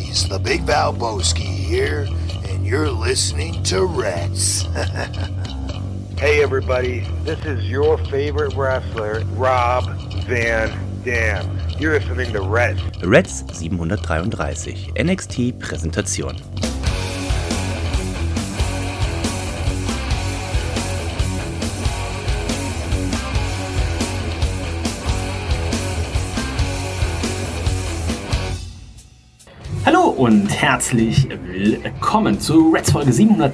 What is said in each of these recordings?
Reds, the Big Valboski here, and you're listening to Reds. Hey everybody, this is your favorite wrestler, Rob Van Dam. You're listening to Reds. Reds 733, NXT-Präsentation. Hallo und herzlich willkommen zu Reds Folge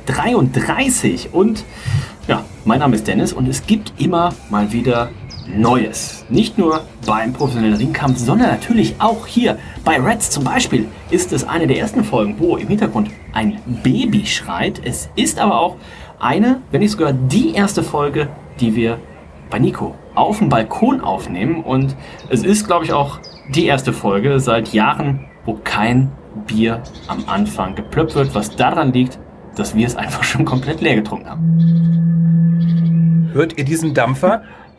733 und ja, mein Name ist Dennis und es gibt immer mal wieder Neues. Nicht nur beim professionellen Ringkampf, sondern natürlich auch hier bei Reds zum Beispiel ist es eine der ersten Folgen, wo im Hintergrund ein Baby schreit. Es ist aber auch eine, wenn nicht sogar die erste Folge, die wir bei Nico auf dem Balkon aufnehmen und es ist, glaube ich, auch die erste Folge seit Jahren, wo kein Bier am Anfang geplöppt wird, was daran liegt, dass wir es einfach schon komplett leer getrunken haben. Hört ihr diesen Dampfer?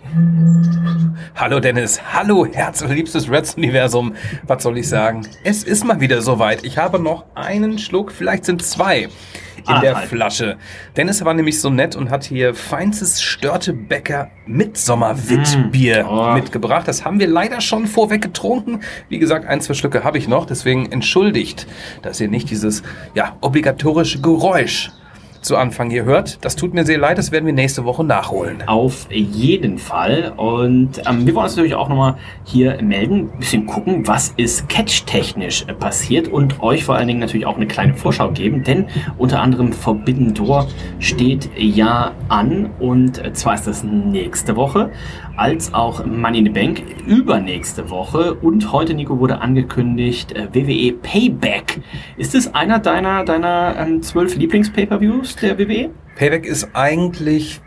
Hallo Dennis, hallo herzliebstes Reds-Universum. Was soll ich sagen? Es ist mal wieder soweit. Ich habe noch einen Schluck, vielleicht sind zwei in der Flasche. Dennis war nämlich so nett und hat hier feinstes Störtebecker Mitsommer-Witbier mitgebracht. Das haben wir leider schon vorweg getrunken. Wie gesagt, 1, 2 Schlücke habe ich noch. Deswegen entschuldigt, dass ihr nicht dieses obligatorische Geräusch zu Anfang hier hört. Das tut mir sehr leid, das werden wir nächste Woche nachholen. Auf jeden Fall. Und wir wollen uns natürlich auch nochmal hier melden, ein bisschen gucken, was ist catch-technisch passiert und euch vor allen Dingen natürlich auch eine kleine Vorschau geben, denn unter anderem Forbidden Door steht ja an und zwar ist das nächste Woche, als auch Money in the Bank übernächste Woche und heute, Nico, wurde angekündigt WWE Payback. Ist es einer deiner 12 Lieblings-Pay-Per-Views der WWE? Payback ist eigentlich,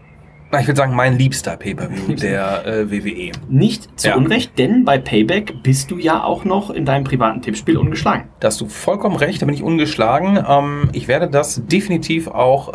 ich würde sagen, mein liebster Pay-Per-View der WWE. Nicht zu Unrecht, denn bei Payback bist du ja auch noch in deinem privaten Tippspiel ungeschlagen. Da hast du vollkommen recht, da bin ich ungeschlagen. Ich werde das definitiv auch,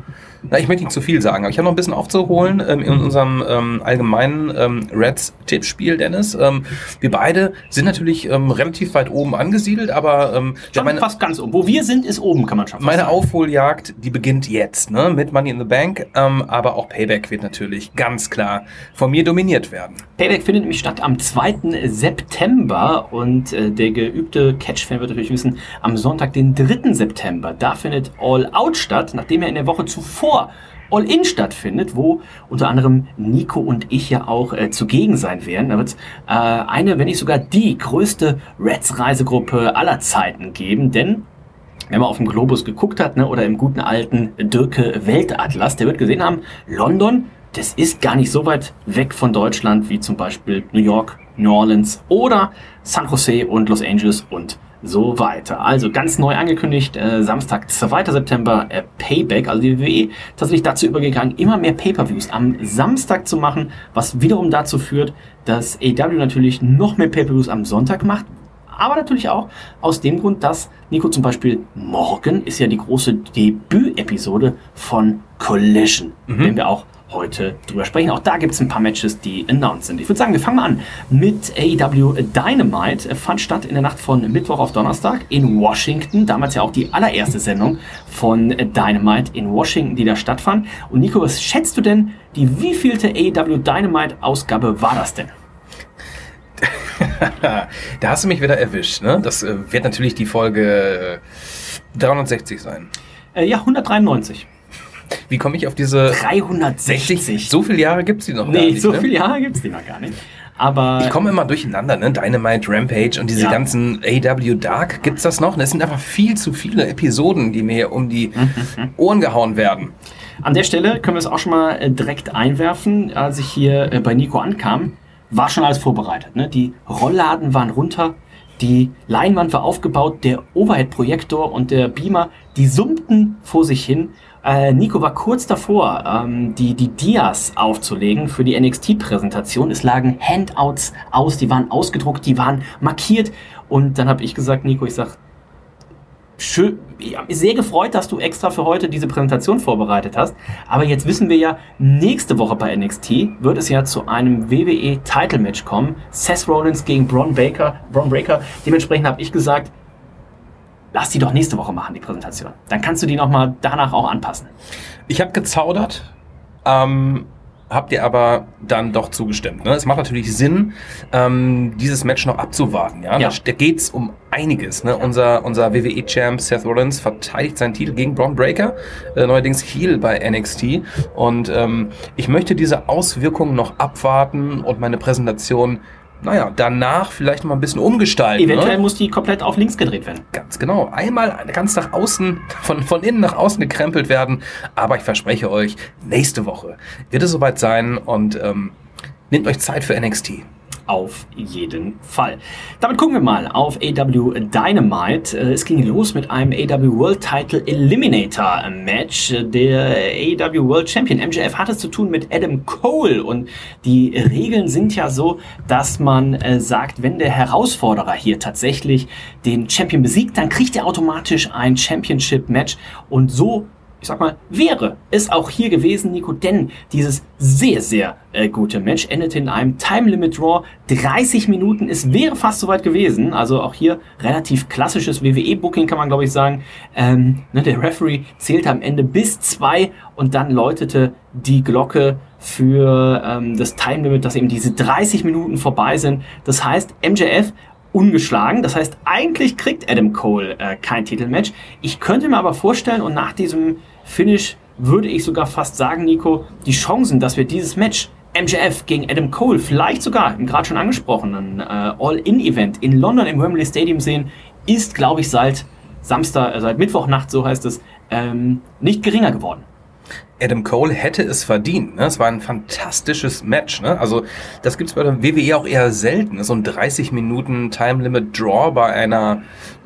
ich möchte nicht zu viel sagen, aber ich habe noch ein bisschen aufzuholen in unserem allgemeinen Reds-Tippspiel, Dennis. Wir beide sind natürlich relativ weit oben angesiedelt, aber fast ganz oben. Wo wir sind, ist oben, kann man schon fast meine sagen. Aufholjagd, die beginnt jetzt, ne, mit Money in the Bank, aber auch Payback wird natürlich ganz klar von mir dominiert werden. Payback findet nämlich statt am 2. September und der geübte Catch-Fan wird natürlich wissen, am Sonntag, den 3. September, da findet All Out statt, nachdem er in der Woche zuvor All In stattfindet, wo unter anderem Nico und ich ja auch zugegen sein werden. Da wird es eine, wenn nicht sogar die größte Reds-Reisegruppe aller Zeiten geben, denn wenn man auf dem Globus geguckt hat, ne, oder im guten alten Dirke Weltatlas, der wird gesehen haben, London, das ist gar nicht so weit weg von Deutschland wie zum Beispiel New York, New Orleans oder San Jose und Los Angeles und so weiter. Also ganz neu angekündigt, Samstag, 2. September, Payback, also die WWE tatsächlich dazu übergegangen, immer mehr Pay-Per-Views am Samstag zu machen, was wiederum dazu führt, dass AEW natürlich noch mehr Pay-Per-Views am Sonntag macht, aber natürlich auch aus dem Grund, dass Nico zum Beispiel morgen ist ja die große Debüt-Episode von Collision, wenn wir auch heute drüber sprechen. Auch da gibt es ein paar Matches, die announced sind. Ich würde sagen, wir fangen mal an mit AEW Dynamite. Fand statt in der Nacht von Mittwoch auf Donnerstag in Washington. Damals ja auch die allererste Sendung von Dynamite in Washington, die da stattfand. Und Nico, was schätzt du denn, die wievielte AEW Dynamite-Ausgabe war das denn? Da hast du mich wieder erwischt, ne? Das wird natürlich die Folge 360 sein. 193. Wie komme ich auf diese 360? So viele Jahre gibt es die noch gar nicht. So viele Jahre gibt es die noch gar nicht. Aber ich komme immer durcheinander, ne? Dynamite, Rampage und diese ganzen AEW Dark, gibt's das noch? Das sind einfach viel zu viele Episoden, die mir um die Ohren gehauen werden. An der Stelle können wir es auch schon mal direkt einwerfen. Als ich hier bei Nico ankam, war schon alles vorbereitet, ne? Die Rollladen waren runter, die Leinwand war aufgebaut, der Overhead-Projektor und der Beamer, die summten vor sich hin. Nico war kurz davor, die Dias aufzulegen für die NXT-Präsentation. Es lagen Handouts aus, die waren ausgedruckt, die waren markiert. Und dann habe ich gesagt, Nico, ich sag, schön, ich habe mich sehr gefreut, dass du extra für heute diese Präsentation vorbereitet hast. Aber jetzt wissen wir ja, nächste Woche bei NXT wird es ja zu einem WWE-Title-Match kommen. Seth Rollins gegen Braun Breaker. Dementsprechend habe ich gesagt, lass die doch nächste Woche machen, die Präsentation. Dann kannst du die nochmal danach auch anpassen. Ich habe gezaudert, habt ihr aber dann doch zugestimmt. Ne? Es macht natürlich Sinn, dieses Match noch abzuwarten. Ja? Da geht's um einiges. Ne? Unser WWE-Champ Seth Rollins verteidigt seinen Titel gegen Bron Breakker, neuerdings Heel bei NXT. Und ich möchte diese Auswirkungen noch abwarten und meine Präsentation danach vielleicht noch mal ein bisschen umgestalten. Eventuell muss die komplett auf links gedreht werden. Ganz genau. Einmal ganz nach außen, von innen nach außen gekrempelt werden. Aber ich verspreche euch, nächste Woche wird es soweit sein und nehmt euch Zeit für NXT. Auf jeden Fall. Damit gucken wir mal auf AEW Dynamite. Es ging los mit einem AEW World Title Eliminator Match. Der AEW World Champion MJF hat es zu tun mit Adam Cole und die Regeln sind ja so, dass man sagt, wenn der Herausforderer hier tatsächlich den Champion besiegt, dann kriegt er automatisch ein Championship Match und so, ich sag mal, wäre es auch hier gewesen, Nico, denn dieses sehr, sehr gute Match endete in einem Time-Limit-Draw. 30 Minuten, es wäre fast soweit gewesen. Also auch hier relativ klassisches WWE-Booking, kann man glaube ich sagen. Der Referee zählte am Ende bis 2 und dann läutete die Glocke für das Time-Limit, dass eben diese 30 Minuten vorbei sind. Das heißt, MJF ungeschlagen. Das heißt, eigentlich kriegt Adam Cole kein Titelmatch. Ich könnte mir aber vorstellen, und nach diesem Finish würde ich sogar fast sagen, Nico, die Chancen, dass wir dieses Match MJF gegen Adam Cole vielleicht sogar im gerade schon angesprochenen All-In-Event in London im Wembley Stadium sehen, ist, glaube ich, seit Mittwochnacht, so heißt es, nicht geringer geworden. Adam Cole hätte es verdient. Ne? Es war ein fantastisches Match. Ne? Also das gibt's bei der WWE auch eher selten. So ein 30 Minuten Time Limit Draw bei einer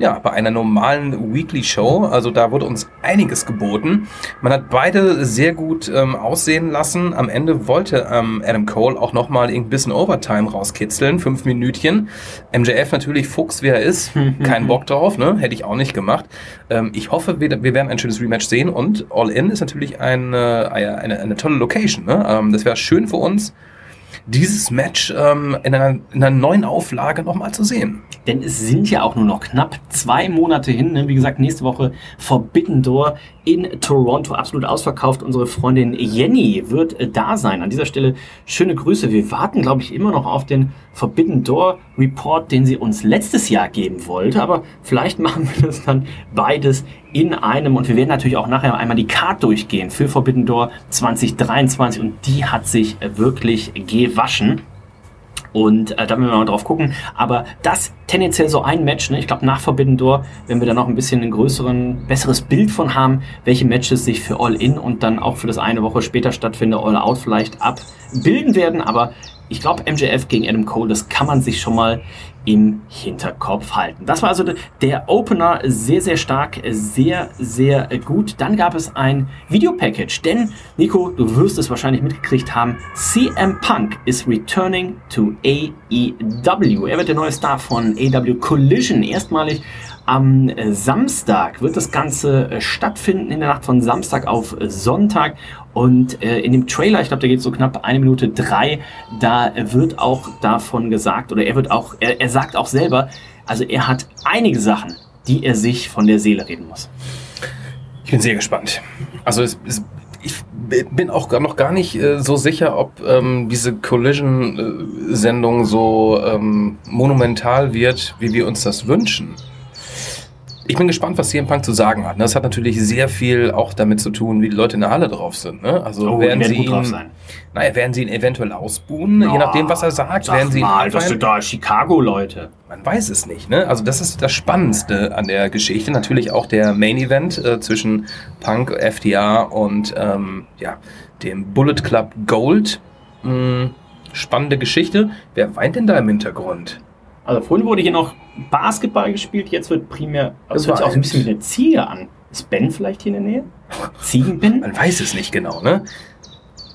normalen Weekly Show. Also da wurde uns einiges geboten. Man hat beide sehr gut aussehen lassen. Am Ende wollte Adam Cole auch nochmal ein bisschen Overtime rauskitzeln. 5 Minütchen. MJF natürlich Fuchs, wie er ist. Kein Bock drauf. Ne? Hätte ich auch nicht gemacht. Ich hoffe, wir werden ein schönes Rematch sehen. Und All In ist natürlich eine tolle Location. Ne? Das wäre schön für uns, dieses Match in einer neuen Auflage nochmal zu sehen. Denn es sind ja auch nur noch knapp 2 Monate hin. Ne? Wie gesagt, nächste Woche Forbidden Door in Toronto. Absolut ausverkauft. Unsere Freundin Jenny wird da sein. An dieser Stelle schöne Grüße. Wir warten, glaube ich, immer noch auf den Forbidden Door Report, den sie uns letztes Jahr geben wollte. Aber vielleicht machen wir das dann beides in einem. Und wir werden natürlich auch nachher einmal die Card durchgehen für Forbidden Door 2023. Und die hat sich wirklich gewaschen. Und da werden wir mal drauf gucken. Aber das tendenziell so ein Match, ne? Ich glaube nach Forbidden Door, wenn wir da noch ein bisschen ein besseres Bild von haben, welche Matches sich für All In und dann auch für das eine Woche später stattfindende All Out vielleicht abbilden werden. Aber ich glaube, MJF gegen Adam Cole, das kann man sich schon mal im Hinterkopf halten. Das war also der Opener, sehr, sehr stark, sehr, sehr gut. Dann gab es ein Videopackage, denn, Nico, du wirst es wahrscheinlich mitgekriegt haben, CM Punk is returning to AEW. Er wird der neue Star von AEW Collision. Erstmalig am Samstag wird das Ganze stattfinden, in der Nacht von Samstag auf Sonntag. Und in dem Trailer, ich glaube, der geht so knapp 1 Minute 3, da wird auch davon gesagt, oder er sagt auch selber, also er hat einige Sachen, die er sich von der Seele reden muss. Ich bin sehr gespannt. Also ich bin auch noch gar nicht so sicher, ob diese Collision-Sendung so monumental wird, wie wir uns das wünschen. Ich bin gespannt, was CM Punk zu sagen hat. Das hat natürlich sehr viel auch damit zu tun, wie die Leute in der Halle drauf sind. Ne? Also werden sie ihn eventuell ausbuhen, je nachdem, was er sagt. Werden sie das sind da Chicago-Leute. Man weiß es nicht. Ne? Also das ist das Spannendste an der Geschichte. Natürlich auch der Main-Event zwischen Punk, FTR und dem Bullet Club Gold. Spannende Geschichte. Wer weint denn da im Hintergrund? Also vorhin wurde hier noch Basketball gespielt, jetzt wird primär, das hört sich auch ein bisschen wie eine Ziege an. Ist Ben vielleicht hier in der Nähe? Ziegenben? Man weiß es nicht genau, ne?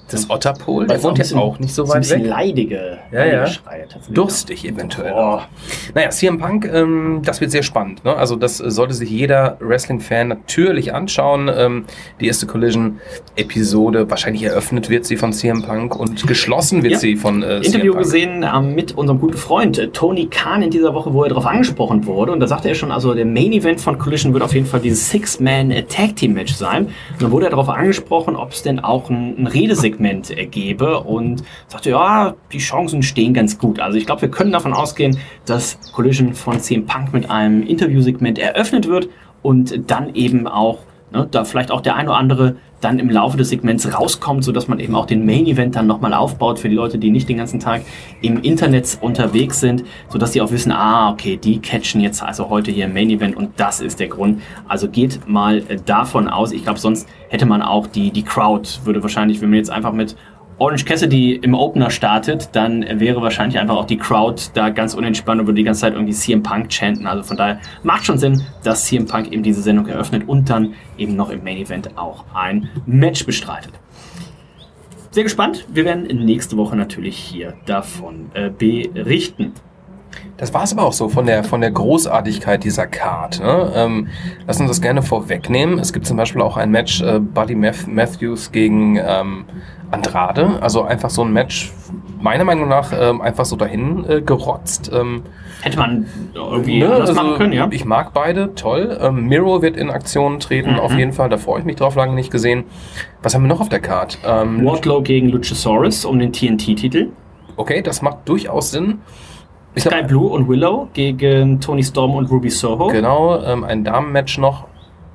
Das Otterpol, der Weil wohnt es jetzt auch nicht so weit ein bisschen weg. leidige Schreie tatsächlich. Durstig eventuell. Oh. Naja, CM Punk, das wird sehr spannend. Ne? Also das sollte sich jeder Wrestling-Fan natürlich anschauen. Die erste Collision-Episode, wahrscheinlich eröffnet wird sie von CM Punk und geschlossen wird sie von CM Interview Punk. gesehen mit unserem guten Freund Tony Khan in dieser Woche, wo er darauf angesprochen wurde. Und da sagte er schon, also der Main-Event von Collision wird auf jeden Fall dieses Six-Man-Tag-Team-Match sein. Und dann wurde er darauf angesprochen, ob es denn auch ein Redesegment gebe und sagte, ja, die Chancen stehen ganz gut. Also ich glaube, wir können davon ausgehen, dass Collision von CM Punk mit einem Interviewsegment eröffnet wird und dann eben auch, ne, da vielleicht auch der ein oder andere dann im Laufe des Segments rauskommt, sodass man eben auch den Main-Event dann nochmal aufbaut für die Leute, die nicht den ganzen Tag im Internet unterwegs sind, sodass die auch wissen, okay, die catchen jetzt also heute hier im Main-Event und das ist der Grund. Also geht mal davon aus. Ich glaube, sonst hätte man auch die Crowd, würde wahrscheinlich, wenn man jetzt einfach mit Orange Cassidy im Opener startet, dann wäre wahrscheinlich einfach auch die Crowd da ganz unentspannt und würde die ganze Zeit irgendwie CM Punk chanten. Also von daher macht schon Sinn, dass CM Punk eben diese Sendung eröffnet und dann eben noch im Main Event auch ein Match bestreitet. Sehr gespannt. Wir werden nächste Woche natürlich hier davon berichten. Das war es aber auch so von der Großartigkeit dieser Card. Ne? Lass uns das gerne vorwegnehmen. Es gibt zum Beispiel auch ein Match Buddy Matthews gegen Andrade. Also einfach so ein Match, meiner Meinung nach, einfach so dahin gerotzt. Hätte man irgendwie anders machen können, ja? Ich mag beide, toll. Miro wird in Aktion treten, auf jeden Fall. Da freue ich mich drauf, lange nicht gesehen. Was haben wir noch auf der Card? Wardlow gegen Luchasaurus um den TNT-Titel. Okay, das macht durchaus Sinn. Sky Blue und Willow gegen Tony Storm und Ruby Soho. Genau, ein Damenmatch noch.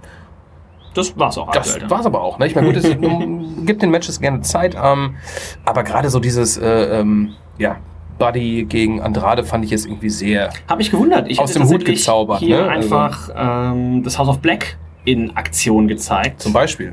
Das war's auch. Das war's aber auch. Ne? Ich meine, gut, es gibt den Matches gerne Zeit, aber gerade so dieses Buddy gegen Andrade fand ich jetzt irgendwie sehr Hab ich gewundert. Ich aus dem Hut gezaubert. Hier ne? einfach das House of Black in Aktion gezeigt. Zum Beispiel.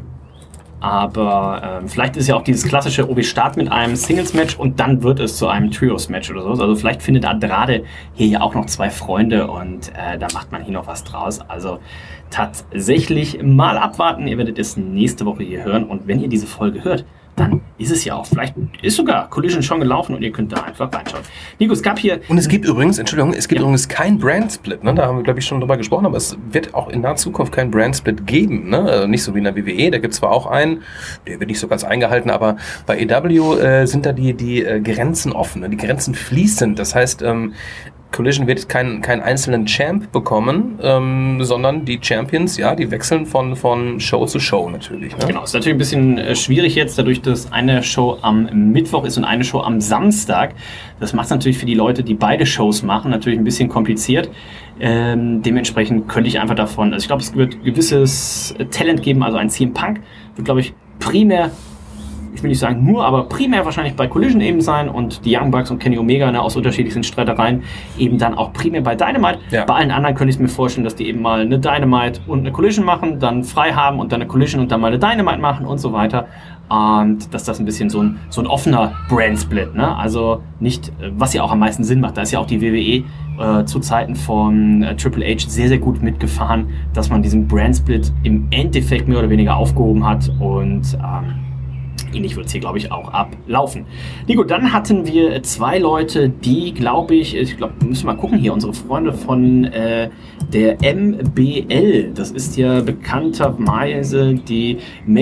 Aber vielleicht ist ja auch dieses klassische, wir starten mit einem Singles-Match und dann wird es zu einem Trios-Match oder so. Also vielleicht findet Andrade hier ja auch noch 2 Freunde und da macht man hier noch was draus. Also tatsächlich mal abwarten. Ihr werdet es nächste Woche hier hören. Und wenn ihr diese Folge hört, dann ist es ja auch, vielleicht ist sogar Collision schon gelaufen und ihr könnt da einfach reinschauen. Nico, es gab hier... Und es gibt übrigens, übrigens kein Brand-Split, ne? Da haben wir, glaube ich, schon drüber gesprochen, aber es wird auch in naher Zukunft keinen Brand-Split geben, ne? Also nicht so wie in der WWE, da gibt es zwar auch einen, der wird nicht so ganz eingehalten, aber bei AEW sind da die Grenzen offen, ne? Die Grenzen fließend, das heißt, Collision wird keinen einzelnen Champ bekommen, sondern die Champions, ja, die wechseln von Show zu Show natürlich. Ne? Genau, ist natürlich ein bisschen schwierig jetzt, dadurch, dass eine Show am Mittwoch ist und eine Show am Samstag. Das macht es natürlich für die Leute, die beide Shows machen, natürlich ein bisschen kompliziert. Dementsprechend könnte ich einfach davon, also ich glaube, es wird gewisses Talent geben, also ein CM Punk wird, glaube ich, primär, ich will nicht sagen nur, aber primär wahrscheinlich bei Collision eben sein und die Young Bucks und Kenny Omega aus unterschiedlichsten Streitereien eben dann auch primär bei Dynamite. Ja. Bei allen anderen könnte ich mir vorstellen, dass die eben mal eine Dynamite und eine Collision machen, dann frei haben und dann eine Collision und dann mal eine Dynamite machen und so weiter. Und dass das ein bisschen so ein offener Brand-Split, ne? Also nicht, was ja auch am meisten Sinn macht, da ist ja auch die WWE zu Zeiten von Triple H sehr, sehr gut mitgefahren, dass man diesen Brand-Split im Endeffekt mehr oder weniger aufgehoben hat und ähnlich wird es hier, glaube ich, auch ablaufen. Nico, dann hatten wir 2 Leute, die, wir müssen mal gucken hier, unsere Freunde von der MBL, das ist ja bekannterweise die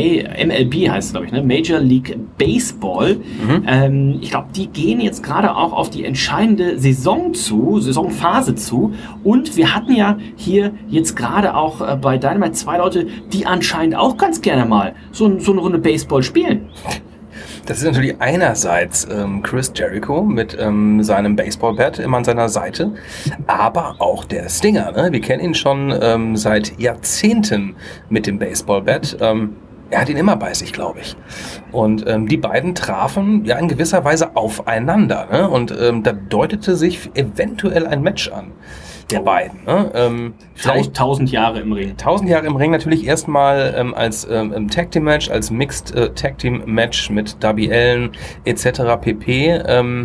MLB heißt es, glaube ich, ne? Major League Baseball. Ich glaube, die gehen jetzt gerade auch auf die entscheidende Saisonphase zu und wir hatten ja hier jetzt gerade auch bei Dynamite 2 Leute, die anscheinend auch ganz gerne mal so eine Runde Baseball spielen. Das ist natürlich einerseits Chris Jericho mit seinem Baseballbat immer an seiner Seite, aber auch der Stinger. Ne? Wir kennen ihn schon seit Jahrzehnten mit dem Baseballbat. Er hat ihn immer bei sich, glaube ich. Und die beiden trafen ja in gewisser Weise aufeinander. Ne? Und da deutete sich eventuell ein Match an. Der beiden. Ne? 1000 Jahre im Ring. 1000 Jahre im Ring natürlich erstmal als Tag Team Match, als Mixed Tag Team Match mit Darby Allin etc. pp.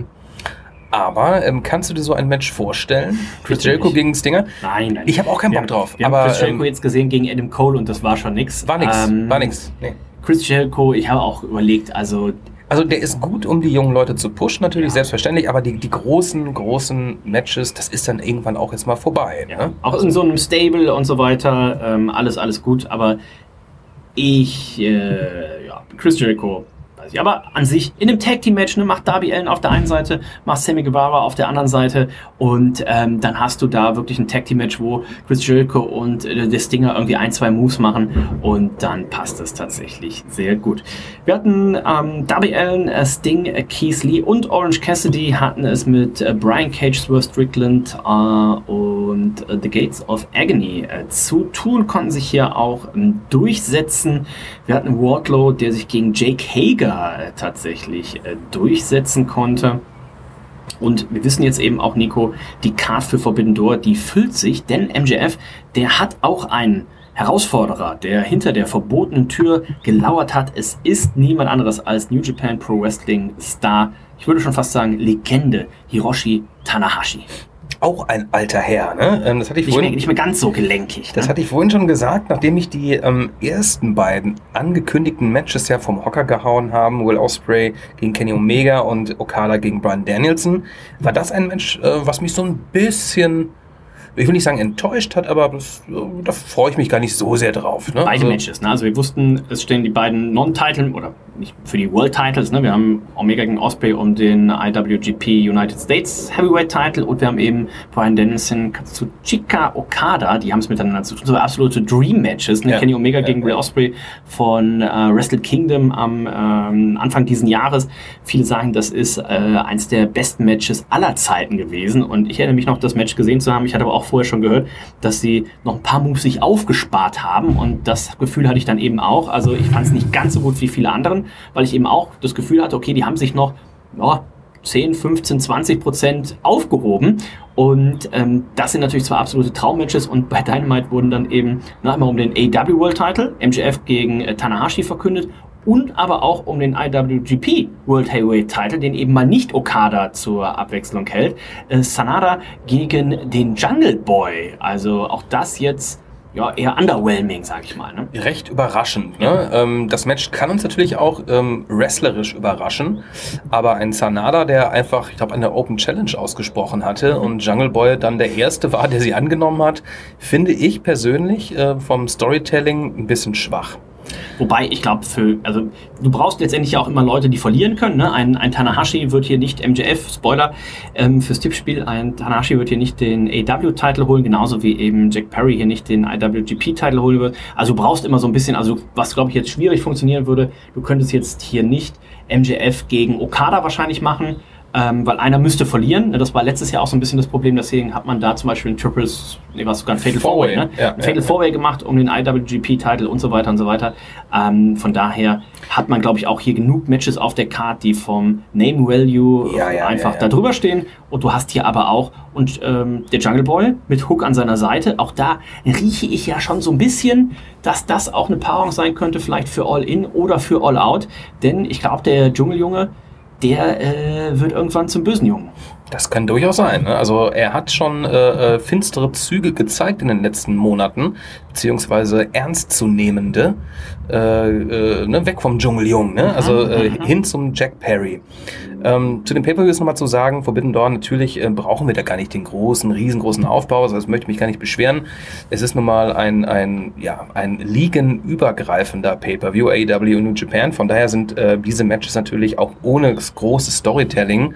Aber kannst du dir so ein Match vorstellen? Chris Jericho gegen Stinger? Nein. Ich habe auch keinen Bock drauf. Wir haben Chris Jericho jetzt gesehen gegen Adam Cole und das war schon nix. War nix. Nee. Chris Jericho, ich habe auch überlegt, also Also der ist gut, um die jungen Leute zu pushen, natürlich, selbstverständlich, aber die großen Matches, das ist dann irgendwann auch jetzt mal vorbei. Ja. Ne? Auch in so einem Stable und so weiter, alles gut, aber Chris Jericho, weiß ich, aber an sich in einem Tag-Team-Match, ne, macht Darby Allin auf der einen Seite, macht Sammy Guevara auf der anderen Seite und dann hast du da wirklich ein Tag-Team-Match, wo Chris Jericho und der Stinger irgendwie 1-2 Moves machen und dann passt es tatsächlich sehr gut. Wir hatten Darby Allin, Sting, Keith Lee und Orange Cassidy hatten es mit Brian Cage, Swerve Strickland und The Gates of Agony zu tun, konnten sich hier auch durchsetzen. Wir hatten Wardlow, der sich gegen Jake Hager tatsächlich durchsetzen konnte. Und wir wissen jetzt eben auch, Nico, die Card für Forbidden Door, die füllt sich, denn MJF, der hat auch einen Herausforderer, der hinter der verbotenen Tür gelauert hat. Es ist niemand anderes als New Japan Pro Wrestling Star, ich würde schon fast sagen Legende, Hiroshi Tanahashi. Auch ein alter Herr, ne? Das hatte ich nicht mehr ganz so gelenkig. Das hatte ich vorhin schon gesagt, nachdem ich die ersten beiden angekündigten Matches ja vom Hocker gehauen haben, Will Ospreay gegen Kenny Omega und Okada gegen Bryan Danielson, war das ein Match, was mich so ein bisschen, ich will nicht sagen enttäuscht hat, aber da freue ich mich gar nicht so sehr drauf. Ne? Beide Matches, ne? Also wir wussten, es stehen die beiden Non-Title oder nicht für die World Titles, ne? Wir haben Omega gegen Ospreay um den IWGP United States Heavyweight Title und wir haben eben Bryan Danielson, Katsuchika Okada, die haben es miteinander zu tun, so absolute Dream Matches, ne? Ja. Kenny Omega gegen Will Ospreay von Wrestle Kingdom am Anfang diesen Jahres. Viele sagen, das ist eins der besten Matches aller Zeiten gewesen und ich erinnere mich noch, das Match gesehen zu haben. Ich hatte aber auch vorher schon gehört, dass sie noch ein paar Moves sich aufgespart haben und das Gefühl hatte ich dann eben auch. Also ich fand es nicht ganz so gut wie viele anderen, weil ich eben auch das Gefühl hatte, okay, die haben sich noch 10, 15, 20% aufgehoben und das sind natürlich zwei absolute Traummatches und bei Dynamite wurden dann eben einmal um den AEW World Title, MJF gegen Tanahashi verkündet und aber auch um den IWGP World Heavyweight Title, den eben mal nicht Okada zur Abwechslung hält. Sanada gegen den Jungle Boy. Also auch das jetzt eher underwhelming, sag ich mal. Ne? Recht überraschend. Ne? Das Match kann uns natürlich auch wrestlerisch überraschen, aber ein Sanada, der einfach, ich glaube, eine Open Challenge ausgesprochen hatte und Jungle Boy dann der Erste war, der sie angenommen hat, finde ich persönlich vom Storytelling ein bisschen schwach. Wobei, ich glaube, du brauchst letztendlich ja auch immer Leute, die verlieren können. Ne? Ein Tanahashi wird hier nicht MJF, Spoiler, fürs Tippspiel, ein Tanahashi wird hier nicht den AEW-Title holen, genauso wie eben Jack Perry hier nicht den IWGP-Title holen wird. Also du brauchst immer so ein bisschen, also was glaube ich jetzt schwierig funktionieren würde, du könntest jetzt hier nicht MJF gegen Okada wahrscheinlich machen, weil einer müsste verlieren. Das war letztes Jahr auch so ein bisschen das Problem, deswegen hat man da zum Beispiel ein Fatal 4-Way, ne? Fatal 4-Way gemacht um den IWGP-Title und so weiter und so weiter. Von daher hat man, glaube ich, auch hier genug Matches auf der Card, die vom Name Value einfach da drüber stehen. Und du hast hier aber auch, und der Jungle Boy mit Hook an seiner Seite, auch da rieche ich ja schon so ein bisschen, dass das auch eine Paarung sein könnte, vielleicht für All In oder für All Out. Denn ich glaube, der Dschungeljunge, der wird irgendwann zum bösen Jungen. Das kann durchaus sein. Ne? Also er hat schon finstere Züge gezeigt in den letzten Monaten, beziehungsweise ernstzunehmende, weg vom Dschungeljungen, ne? Also hin zum Jack Perry. Zu den Pay-Per-Views nochmal zu sagen, Forbidden Door, natürlich brauchen wir da gar nicht den riesengroßen Aufbau, also das möchte ich mich gar nicht beschweren. Es ist nun mal ein ligenübergreifender Pay-Per-View, AEW und New Japan, von daher sind diese Matches natürlich auch ohne das große Storytelling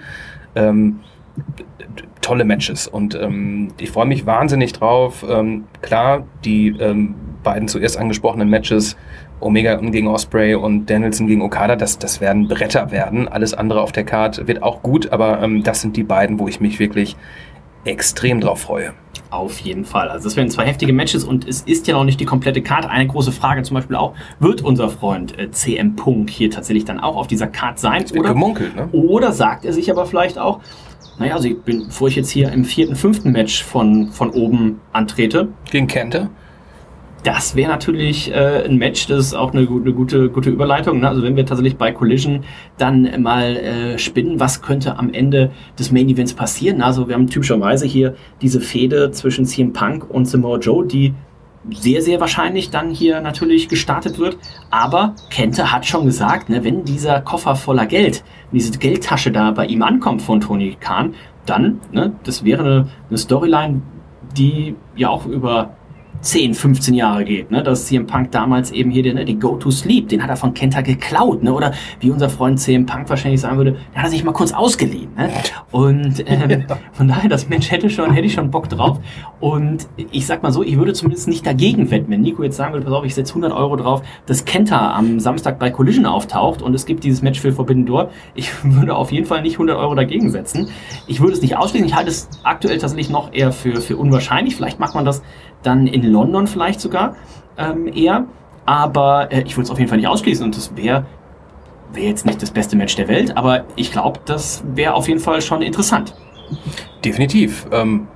tolle Matches und ich freue mich wahnsinnig drauf. Klar, die beiden zuerst angesprochenen Matches, Omega gegen Ospreay und Danielson gegen Okada, das werden Bretter werden. Alles andere auf der Card wird auch gut, aber das sind die beiden, wo ich mich wirklich extrem drauf freue. Auf jeden Fall. Also das werden zwei heftige Matches und es ist ja noch nicht die komplette Card. Eine große Frage zum Beispiel auch, wird unser Freund CM Punk hier tatsächlich dann auch auf dieser Card sein? Das wird gemunkelt, ne? Oder sagt er sich aber vielleicht auch, also bevor ich jetzt hier im 4., 5. Match von oben antrete. Gegen Kenta? Das wäre natürlich ein Match, das ist auch eine gute Überleitung. Ne? Also wenn wir tatsächlich bei Collision dann mal spinnen, was könnte am Ende des Main Events passieren? Also wir haben typischerweise hier diese Fehde zwischen CM Punk und Samoa Joe, die sehr, sehr wahrscheinlich dann hier natürlich gestartet wird. Aber Kenta hat schon gesagt, ne, wenn dieser Koffer voller Geld, diese Geldtasche da bei ihm ankommt von Tony Khan, dann, ne, das wäre eine Storyline, die ja auch über 10, 15 Jahre geht, ne? Dass CM Punk damals eben hier den Go-To-Sleep, den hat er von Kenta geklaut, ne? Oder wie unser Freund CM Punk wahrscheinlich sagen würde, der hat er sich mal kurz ausgeliehen, ne? Und von daher, das Match hätte ich schon Bock drauf. Und ich sag mal so, ich würde zumindest nicht dagegen wetten, wenn Nico jetzt sagen würde, pass auf, ich setze 100 Euro drauf, dass Kenta am Samstag bei Collision auftaucht und es gibt dieses Match für Forbidden Door. Ich würde auf jeden Fall nicht 100 Euro dagegen setzen. Ich würde es nicht ausschließen. Ich halte es aktuell tatsächlich noch eher für unwahrscheinlich. Vielleicht macht man das dann in London vielleicht sogar eher, aber ich würde es auf jeden Fall nicht ausschließen und das wäre jetzt nicht das beste Match der Welt, aber ich glaube, das wäre auf jeden Fall schon interessant. Definitiv.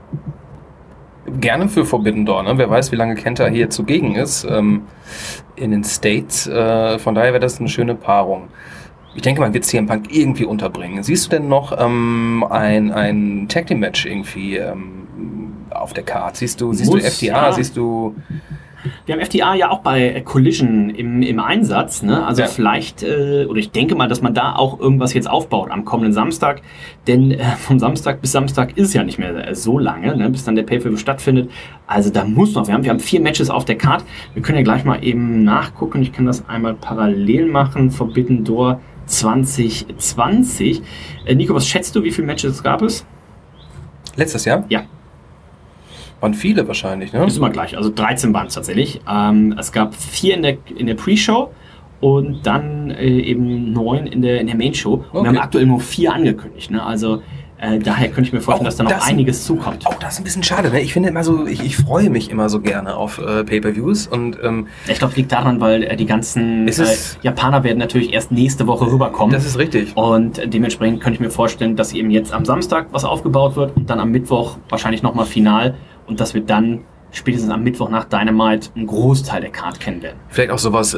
Gerne für Forbidden Door, ne? Wer weiß, wie lange Kenta hier zugegen ist in den States. Von daher wäre das eine schöne Paarung. Ich denke, man wird CM Punk irgendwie unterbringen. Siehst du denn noch ein Tag Team Match irgendwie auf der Card? Siehst du FTA? Ja. Siehst du... Wir haben FTA ja auch bei Collision im Einsatz, ne? Also vielleicht, oder ich denke mal, dass man da auch irgendwas jetzt aufbaut am kommenden Samstag, denn vom Samstag bis Samstag ist es ja nicht mehr so lange, ne? Bis dann der Pay-Per-View stattfindet. Also da muss noch, wir haben 4 Matches auf der Card. Wir können ja gleich mal eben nachgucken. Ich kann das einmal parallel machen. Forbidden Door 2020. Nico, was schätzt du, wie viele Matches gab es? Letztes Jahr? Ja. Waren viele wahrscheinlich, ne? Ist immer gleich, also 13 waren es tatsächlich. Es gab 4 in der Pre-Show und dann eben 9 in der Main-Show. Und okay. Wir haben aktuell nur 4 angekündigt, ne? Also daher könnte ich mir vorstellen, dass da noch einiges zukommt. Auch das ist ein bisschen schade, ne? Ich finde immer so, ich freue mich immer so gerne auf Pay-Per-Views und ich glaube, liegt daran, weil die ganzen Japaner werden natürlich erst nächste Woche rüberkommen. Das ist richtig. Und dementsprechend könnte ich mir vorstellen, dass eben jetzt am Samstag was aufgebaut wird und dann am Mittwoch wahrscheinlich nochmal final und dass wir dann spätestens am Mittwoch nach Dynamite einen Großteil der Card kennenlernen. Vielleicht auch sowas,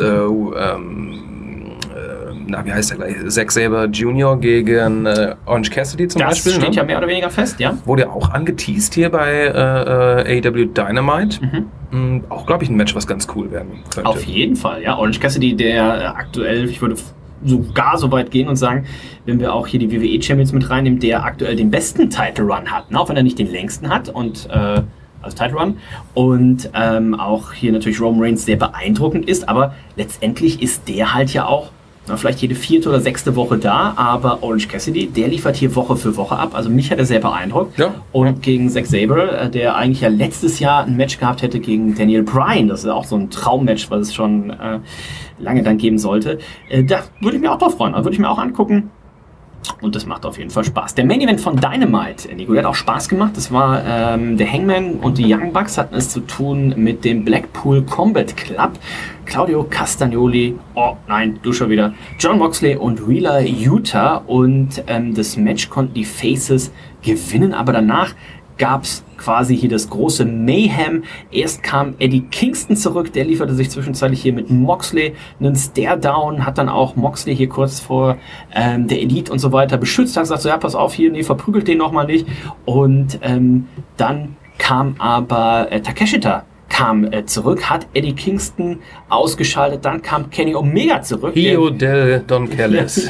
wie heißt der gleich? Zack Sabre Jr. gegen Orange Cassidy zum Beispiel. Das steht ja mehr oder weniger fest, ja. Wurde ja auch angeteased hier bei AEW Dynamite. Auch, glaube ich, ein Match, was ganz cool werden könnte. Auf jeden Fall, ja. Orange Cassidy, der aktuell, ich würde sogar so weit gehen und sagen, wenn wir auch hier die WWE Champions mit reinnehmen, der aktuell den besten Title Run hat, ne? Auch wenn er nicht den längsten hat und also Title Run und auch hier natürlich Roman Reigns sehr beeindruckend ist, aber letztendlich ist der halt ja auch vielleicht jede 4. oder 6. Woche da, aber Orange Cassidy, der liefert hier Woche für Woche ab. Also mich hat er sehr beeindruckt. Ja. Und gegen Zack Sabre, der eigentlich ja letztes Jahr ein Match gehabt hätte gegen Daniel Bryan, das ist auch so ein Traummatch, was es schon lange dann geben sollte. Da würde ich mich auch drauf freuen, also würde ich mir auch angucken. Und das macht auf jeden Fall Spaß. Der Main Event von Dynamite, Nico, der hat auch Spaß gemacht. Das war der Hangman und die Young Bucks hatten es zu tun mit dem Blackpool Combat Club. Claudio Castagnoli, oh nein, du schon wieder, John Moxley und Wheeler Yuta. Und das Match konnten die Faces gewinnen, aber danach gab es quasi hier das große Mayhem. Erst kam Eddie Kingston zurück, der lieferte sich zwischenzeitlich hier mit Moxley einen Stare-Down, hat dann auch Moxley hier kurz vor der Elite und so weiter beschützt, hat gesagt, so ja, pass auf hier, nee, verprügelt den nochmal nicht. Und dann kam aber Takeshita zurück, hat Eddie Kingston ausgeschaltet, dann kam Kenny Omega zurück. Hijo del Don Callis.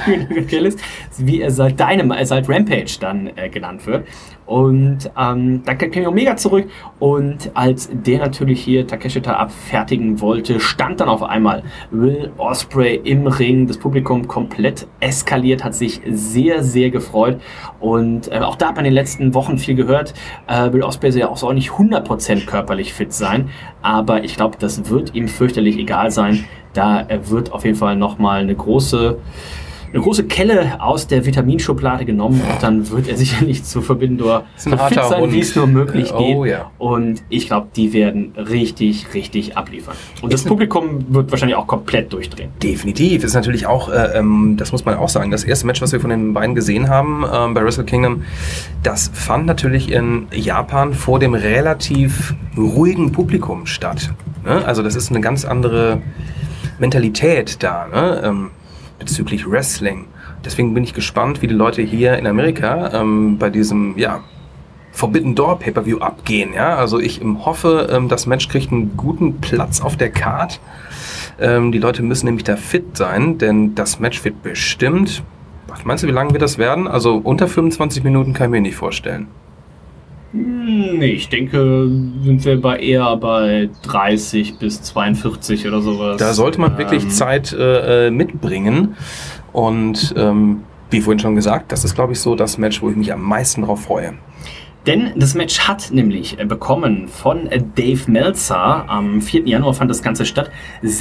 Wie er seit Rampage dann genannt wird. Und dann kam Kenny Omega zurück und als der natürlich hier Takeshita abfertigen wollte, stand dann auf einmal Will Ospreay im Ring. Das Publikum komplett eskaliert, hat sich sehr, sehr gefreut. Und auch da hat man in den letzten Wochen viel gehört. Will Ospreay soll ja auch nicht 100% körperlich fit sein, aber ich glaube, das wird ihm fürchterlich egal sein. Da wird auf jeden Fall nochmal eine große Kelle aus der Vitaminschublade genommen und dann wird er sicherlich zu Forbidden Door so fit sein, wie es nur möglich geht. Oh, ja. Und ich glaube, die werden richtig, richtig abliefern. Und das Publikum wird wahrscheinlich auch komplett durchdrehen. Definitiv. Ist natürlich auch, das muss man auch sagen, das erste Match, was wir von den beiden gesehen haben bei Wrestle Kingdom, das fand natürlich in Japan vor dem relativ ruhigen Publikum statt. Ne? Also das ist eine ganz andere Mentalität da, ne? Bezüglich Wrestling. Deswegen bin ich gespannt, wie die Leute hier in Amerika bei diesem Forbidden Door Pay-Per-View abgehen. Ja? Also ich hoffe, das Match kriegt einen guten Platz auf der Card. Die Leute müssen nämlich da fit sein, denn das Match wird bestimmt... Was meinst du, wie lange wird das werden? Also unter 25 Minuten kann ich mir nicht vorstellen. Nee, ich denke, sind wir eher bei 30 bis 42 oder sowas. Da sollte man wirklich Zeit mitbringen. Und wie vorhin schon gesagt, das ist, glaube ich, so das Match, wo ich mich am meisten drauf freue. Denn das Match hat nämlich bekommen von Dave Meltzer, am 4. Januar fand das Ganze statt,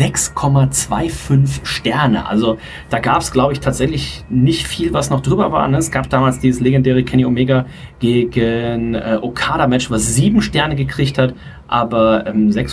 6,25 Sterne. Also da gab es, glaube ich, tatsächlich nicht viel, was noch drüber war. Ne? Es gab damals dieses legendäre Kenny Omega gegen Okada-Match, was 7 Sterne gekriegt hat, aber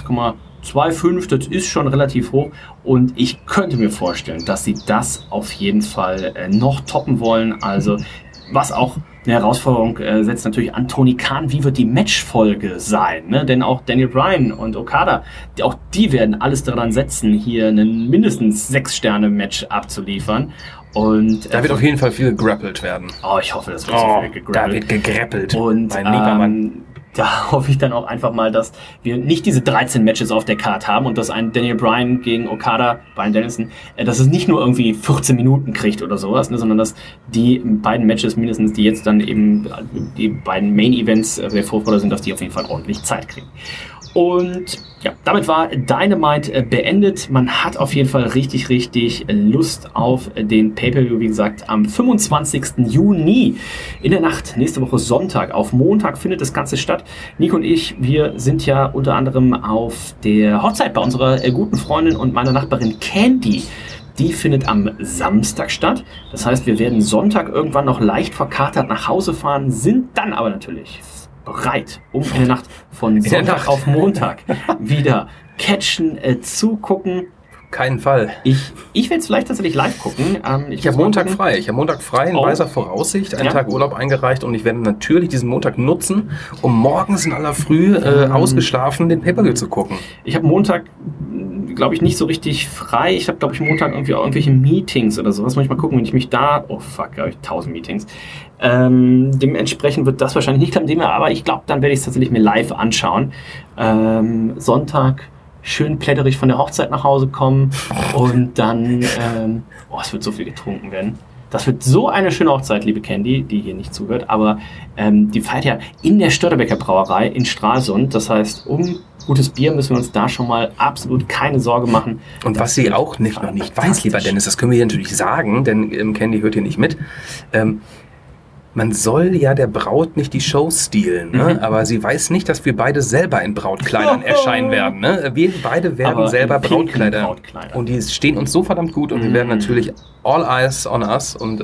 6,25, das ist schon relativ hoch. Und ich könnte mir vorstellen, dass sie das auf jeden Fall noch toppen wollen. Also was auch eine Herausforderung setzt natürlich an Tony Khan, wie wird die Matchfolge sein, ne? Denn auch Daniel Bryan und Okada, auch die werden alles daran setzen, hier einen mindestens 6-Sterne-Match abzuliefern. Und da wird auf jeden Fall viel gegrappelt werden. Oh, ich hoffe, das wird so viel gegrappelt. Da wird gegrappelt, und mein lieber Mann. Da hoffe ich dann auch einfach mal, dass wir nicht diese 13 Matches auf der Card haben und dass ein Daniel Bryan gegen Okada, Bryan Danielson, dass es nicht nur irgendwie 14 Minuten kriegt oder sowas, ne, sondern dass die beiden Matches mindestens, die jetzt dann eben die beiden Main-Events der Vorfreude sind, dass die auf jeden Fall ordentlich Zeit kriegen. Und ja, damit war Dynamite beendet. Man hat auf jeden Fall richtig, richtig Lust auf den Pay-Per-View. Wie gesagt, am 25. Juni in der Nacht, nächste Woche Sonntag. Auf Montag findet das Ganze statt. Nico und ich, wir sind ja unter anderem auf der Hochzeit bei unserer guten Freundin und meiner Nachbarin Candy. Die findet am Samstag statt. Das heißt, wir werden Sonntag irgendwann noch leicht verkatert nach Hause fahren, sind dann aber natürlich bereit, um in der Nacht von Sonntag auf Montag wieder catchen, zugucken. Keinen Fall. Ich werde es vielleicht tatsächlich live gucken. Ich habe Montag frei. Ich habe Montag frei in weiser Voraussicht, einen Tag Urlaub eingereicht und ich werde natürlich diesen Montag nutzen, um morgens in aller Früh ausgeschlafen den Pay-Per-View zu gucken. Ich habe Montag, glaube ich, nicht so richtig frei. Ich habe, glaube ich, Montag irgendwie auch irgendwelche Meetings oder sowas. Muss ich mal gucken, wenn ich mich da... Oh fuck, habe ich 1000 Meetings. Dementsprechend wird das wahrscheinlich nicht klappen, aber ich glaube, dann werde ich es tatsächlich mir live anschauen. Sonntag schön plätterig von der Hochzeit nach Hause kommen und dann, es wird so viel getrunken werden. Das wird so eine schöne Hochzeit, liebe Candy, die hier nicht zuhört, aber die feiert ja in der Störtebeker Brauerei in Stralsund. Das heißt, um gutes Bier müssen wir uns da schon mal absolut keine Sorge machen. Und was sie auch noch nicht weiß, lieber Dennis, das können wir hier natürlich sagen, denn Candy hört hier nicht mit, man soll ja der Braut nicht die Show stehlen, ne? Aber sie weiß nicht, dass wir beide selber in Brautkleidern erscheinen werden. Ne? Wir beide werden aber selber Brautkleider. Und die stehen uns so verdammt gut und wir werden natürlich all eyes on us. Und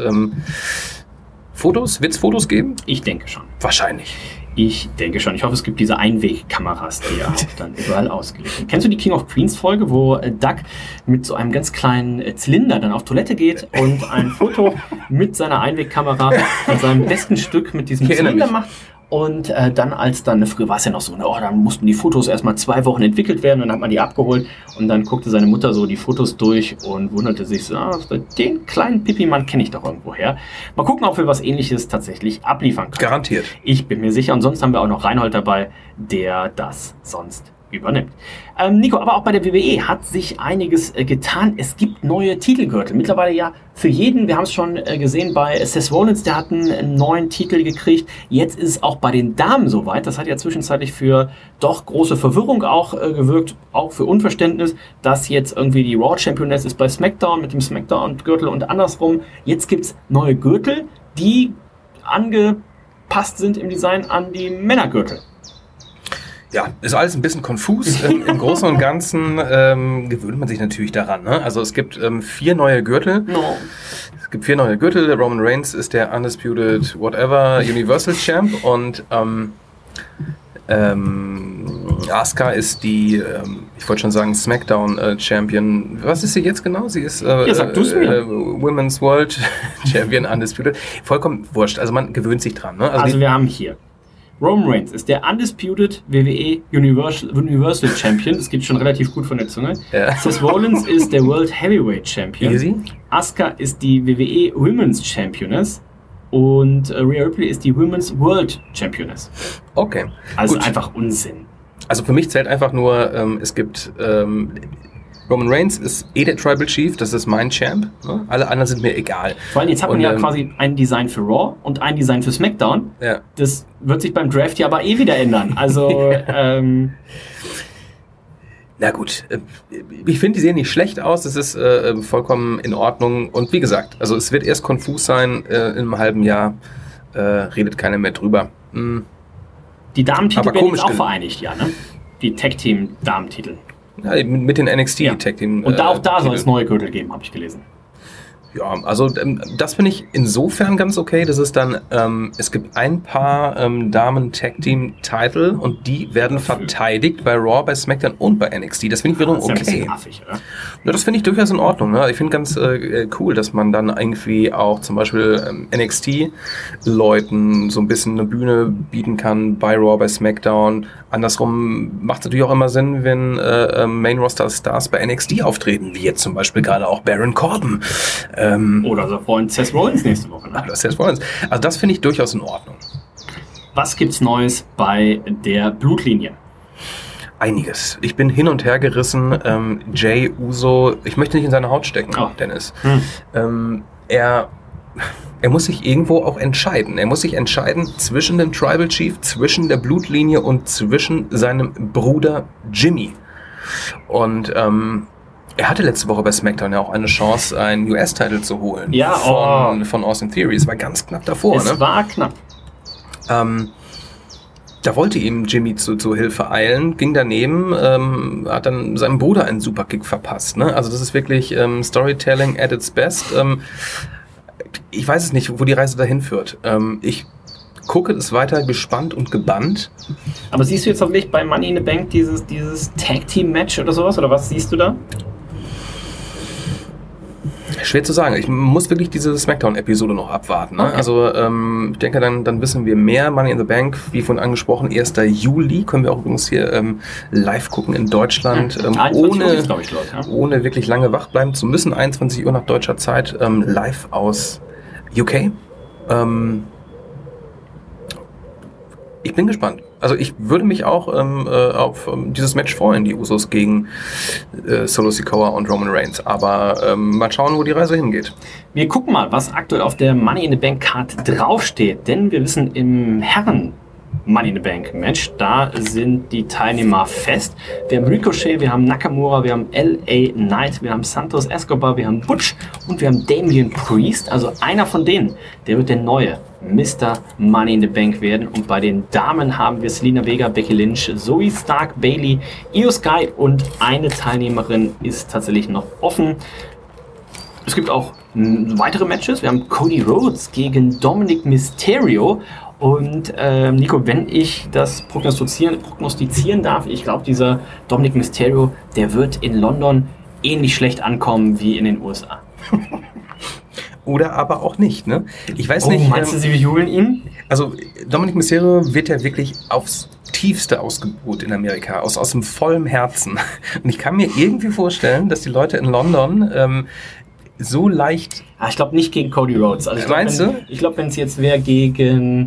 Fotos? Wird es Fotos geben? Ich denke schon. Wahrscheinlich. Ich denke schon. Ich hoffe, es gibt diese Einwegkameras, die ja auch dann überall ausgelegt sind. Kennst du die King of Queens Folge, wo Doug mit so einem ganz kleinen Zylinder dann auf Toilette geht und ein Foto mit seiner Einwegkamera von seinem besten Stück mit diesem Zylinder macht? Und früher war es ja noch so, dann mussten die Fotos erstmal 2 Wochen entwickelt werden und dann hat man die abgeholt und dann guckte seine Mutter so die Fotos durch und wunderte sich so, den kleinen Pipi-Mann kenne ich doch irgendwo her. Mal gucken, ob wir was Ähnliches tatsächlich abliefern können. Garantiert. Ich bin mir sicher und sonst haben wir auch noch Reinhold dabei, der das sonst übernimmt. Nico, aber auch bei der WWE hat sich einiges getan. Es gibt neue Titelgürtel. Mittlerweile ja für jeden. Wir haben es schon gesehen bei Seth Rollins, der hat einen neuen Titel gekriegt. Jetzt ist es auch bei den Damen soweit. Das hat ja zwischenzeitlich für doch große Verwirrung auch gewirkt, auch für Unverständnis, dass jetzt irgendwie die Raw Championess ist bei SmackDown mit dem SmackDown-Gürtel und andersrum. Jetzt gibt's neue Gürtel, die angepasst sind im Design an die Männergürtel. Ja, ist alles ein bisschen konfus. Im Großen und Ganzen gewöhnt man sich natürlich daran. Ne? Also es gibt 4 neue Gürtel. No. Es gibt 4 neue Gürtel. Der Roman Reigns ist der Undisputed Whatever Universal Champ und Asuka ist die, ich wollte schon sagen, SmackDown Champion. Was ist sie jetzt genau? Sie ist Women's World Champion Undisputed. Vollkommen wurscht. Also man gewöhnt sich dran. Ne? Also wir haben hier Roman Reigns ist der Undisputed WWE Universal Champion. Das geht schon relativ gut von der Zunge. Ja. Seth Rollins ist der World Heavyweight Champion. Easy. Asuka ist die WWE Women's Championess. Und Rhea Ripley ist die Women's World Championess. Okay. Also Gut. einfach Unsinn. Also für mich zählt einfach nur, es gibt Roman Reigns ist der Tribal Chief, das ist mein Champ. Ne? Alle anderen sind mir egal. Vor allem, jetzt hat man ja quasi ein Design für Raw und ein Design für SmackDown. Ja. Das wird sich beim Draft ja aber wieder ändern. Also, Na gut, ich finde, die sehen nicht schlecht aus, das ist vollkommen in Ordnung. Und wie gesagt, also es wird erst konfus sein, in einem halben Jahr redet keiner mehr drüber. die Damentitel Aber werden komisch jetzt auch gel- vereinigt, ja, ne? Die Tag-Team-Damentitel. Ja, mit den NXT-Tag-Team. Und auch da soll Titel. es neue Gürtel geben, habe ich gelesen. Ja, also das finde ich insofern ganz okay, dass es dann, es gibt ein paar Damen-Tag-Team-Title und die werden verteidigt bei Raw, bei SmackDown und bei NXT. Das finde ich wiederum Das ist ja ein okay. bisschen affig, oder? Ja, das finde ich durchaus in Ordnung. Ne? Ich finde ganz cool, dass man dann irgendwie auch zum Beispiel NXT-Leuten so ein bisschen eine Bühne bieten kann bei Raw, bei SmackDown. Andersrum macht es natürlich auch immer Sinn, wenn Main-Roster-Stars bei NXT auftreten, wie jetzt zum Beispiel gerade auch Baron Corbin. Oder unser Freund Seth Rollins nächste Woche. Ne? Das ist Rollins. Also das finde ich durchaus in Ordnung. Was gibt's Neues bei der Blutlinie? Einiges. Ich bin hin und her gerissen. Jay Uso, ich möchte nicht in seine Haut stecken, Oh. Dennis. Er muss sich irgendwo auch entscheiden. Er muss sich entscheiden zwischen dem Tribal Chief, zwischen der Blutlinie und zwischen seinem Bruder Jimmy. Und er hatte letzte Woche bei SmackDown ja auch eine Chance, einen US-Title zu holen. Ja, von Austin Theory. Es war ganz knapp davor. Es Ne? war knapp. Da wollte ihm Jimmy zu Hilfe eilen, ging daneben, hat dann seinem Bruder einen Superkick verpasst. Ne? Also das ist wirklich Storytelling at its best. Ich weiß es nicht, wo die Reise dahin führt. Ich gucke es weiter gespannt und gebannt. Aber siehst du jetzt hoffentlich bei Money in the Bank dieses Tag-Team-Match oder sowas? Oder was siehst du da? Schwer zu sagen. Ich muss wirklich diese Smackdown-Episode noch abwarten. Ne? Okay. Also ich denke, dann wissen wir mehr. Money in the Bank, wie vorhin angesprochen, 1. Juli. Können wir auch übrigens hier live gucken in Deutschland. 21 Uhr Ohne, ist, glaub ich, laut, ja. ohne wirklich lange wach bleiben zu müssen. 21 Uhr nach deutscher Zeit. Live aus UK. Ich bin gespannt. Also ich würde mich auch auf dieses Match freuen, die Usos gegen Solo Sikoa und Roman Reigns. Aber mal schauen, wo die Reise hingeht. Wir gucken mal, was aktuell auf der Money in the Bank Card draufsteht. Denn wir wissen, im Herren Money in the Bank Match, da sind die Teilnehmer fest. Wir haben Ricochet, wir haben Nakamura, wir haben LA Knight, wir haben Santos Escobar, wir haben Butch und wir haben Damian Priest. Also einer von denen, der wird der neue Mr. Money in the Bank werden. Und bei den Damen haben wir Selena Vega, Becky Lynch, Zoe Stark, Bayley, Io Sky und eine Teilnehmerin ist tatsächlich noch offen. Es gibt auch weitere Matches. Wir haben Cody Rhodes gegen Dominic Mysterio. Und Nico, wenn ich das prognostizieren darf, ich glaube, dieser Dominic Mysterio, der wird in London ähnlich schlecht ankommen wie in den USA. Oder aber auch nicht, ne? Ich weiß nicht. Meinst du, sie jubeln ihn? Also Dominic Mysterio wird ja wirklich aufs Tiefste ausgebuht in Amerika, aus dem vollen Herzen. Und ich kann mir irgendwie vorstellen, dass die Leute in London so leicht... Ah, ich glaube nicht gegen Cody Rhodes. Also Meinst du? Ich glaube, wenn es jetzt wäre gegen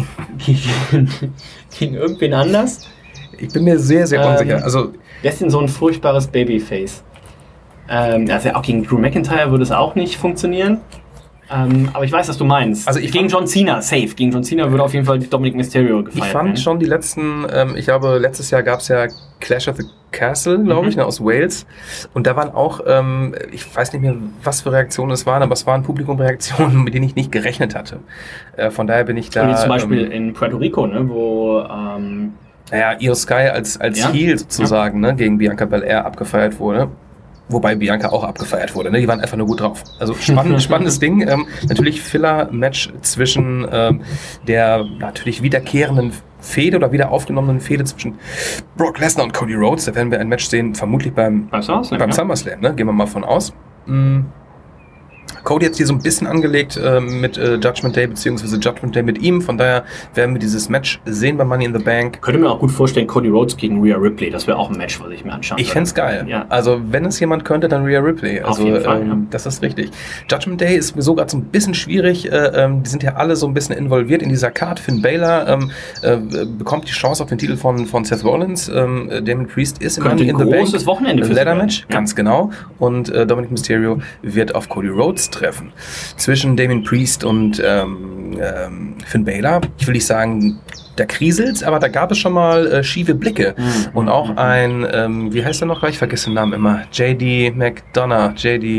irgendwen anders. Ich bin mir sehr, sehr unsicher. Also Wer ist denn so ein furchtbares Babyface? Also auch gegen Drew McIntyre würde es auch nicht funktionieren. Aber ich weiß, was du meinst. Also gegen John Cena, safe. Gegen John Cena würde auf jeden Fall Dominic Mysterio gefeiert ich fand werden. schon die letzten, ich glaube, letztes Jahr gab es ja Clash of the Castle, glaube ich, aus Wales. Und da waren auch, ich weiß nicht mehr, was für Reaktionen es waren, aber es waren Publikumreaktionen, mit denen ich nicht gerechnet hatte. Von daher bin ich da... Und jetzt zum Beispiel in Puerto Rico, ne, wo... Naja, Io Sky als Ja. Heel sozusagen, ne, gegen Bianca Belair abgefeiert wurde. Wobei Bianca auch abgefeiert wurde, ne? Die waren einfach nur gut drauf. Also spannendes Ding. Natürlich Filler-Match zwischen der natürlich wiederkehrenden Fehde oder wieder aufgenommenen Fehde zwischen Brock Lesnar und Cody Rhodes. Da werden wir ein Match sehen, vermutlich beim SummerSlam, ne? Gehen wir mal von aus. Cody hat es hier so ein bisschen angelegt mit Judgment Day, beziehungsweise Judgment Day mit ihm. Von daher werden wir dieses Match sehen bei Money in the Bank. Könnte mir auch gut vorstellen, Cody Rhodes gegen Rhea Ripley. Das wäre auch ein Match, was ich mir anschauen würde. Ich fände es geil. Ja. Also wenn es jemand könnte, dann Rhea Ripley. Also, auf jeden Fall, ja. Das ist richtig. Judgment Day ist so gerade so ein bisschen schwierig. Die sind ja alle so ein bisschen involviert in dieser Card. Finn Balor bekommt die Chance auf den Titel von Seth Rollins. Damon Priest ist im Money in the Bank. Großes Wochenende für Ladder Match, ganz genau. Und Dominic Mysterio wird auf Cody Rhodes treffen. Zwischen Damon Priest und Finn Balor, ich will nicht sagen, da kriselt's, aber da gab es schon mal schiefe Blicke. Und auch ein, wie heißt er noch gleich? Ich vergesse den Namen immer. JD McDonough.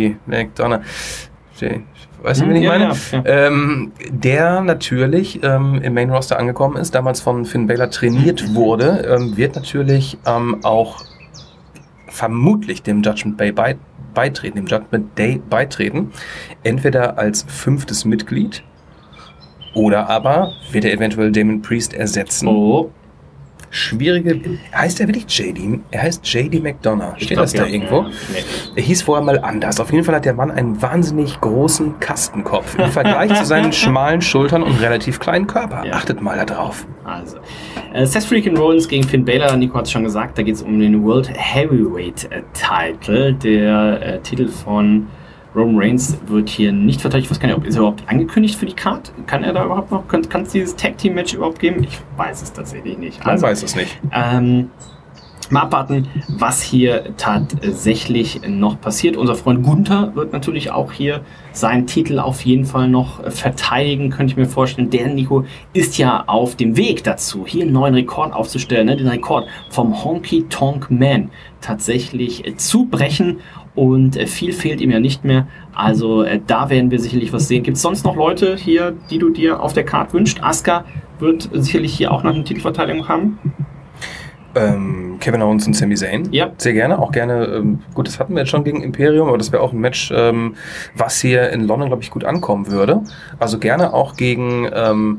Weißt du, wen ich meine? Ja. Der natürlich im Main Roster angekommen ist, damals von Finn Balor trainiert wurde, wird natürlich auch vermutlich dem Judgment Day beitreten. Entweder als 5. Mitglied oder aber wird er eventuell Damon Priest ersetzen. Oh. Schwierige. Heißt er wirklich JD? Er heißt JD McDonough. Steht das da irgendwo? Nee. Er hieß vorher mal anders. Auf jeden Fall hat der Mann einen wahnsinnig großen Kastenkopf im Vergleich zu seinen schmalen Schultern und relativ kleinen Körper. Ja. Achtet mal da drauf. Also, Seth freaking Rollins gegen Finn Balor. Nico hat es schon gesagt, da geht es um den World Heavyweight Title. Der Titel von Roman Reigns wird hier nicht verteidigt. Ich weiß gar nicht, ist er überhaupt angekündigt für die Card? Kann er da überhaupt noch? Kann es dieses Tag-Team-Match überhaupt geben? Ich weiß es tatsächlich nicht. Man weiß es nicht. Mal abwarten, was hier tatsächlich noch passiert. Unser Freund Gunther wird natürlich auch hier seinen Titel auf jeden Fall noch verteidigen, könnte ich mir vorstellen. Der Nico ist ja auf dem Weg dazu, hier einen neuen Rekord aufzustellen, ne? Den Rekord vom Honky Tonk Man tatsächlich zu brechen. Und viel fehlt ihm ja nicht mehr. Also da werden wir sicherlich was sehen. Gibt es sonst noch Leute hier, die du dir auf der Card wünschst? Asuka wird sicherlich hier auch noch eine Titelverteidigung haben. Kevin Owens und Sami Zayn. Ja. Sehr gerne. Auch gerne, gut, das hatten wir jetzt schon gegen Imperium, aber das wäre auch ein Match, was hier in London, glaube ich, gut ankommen würde. Also gerne auch gegen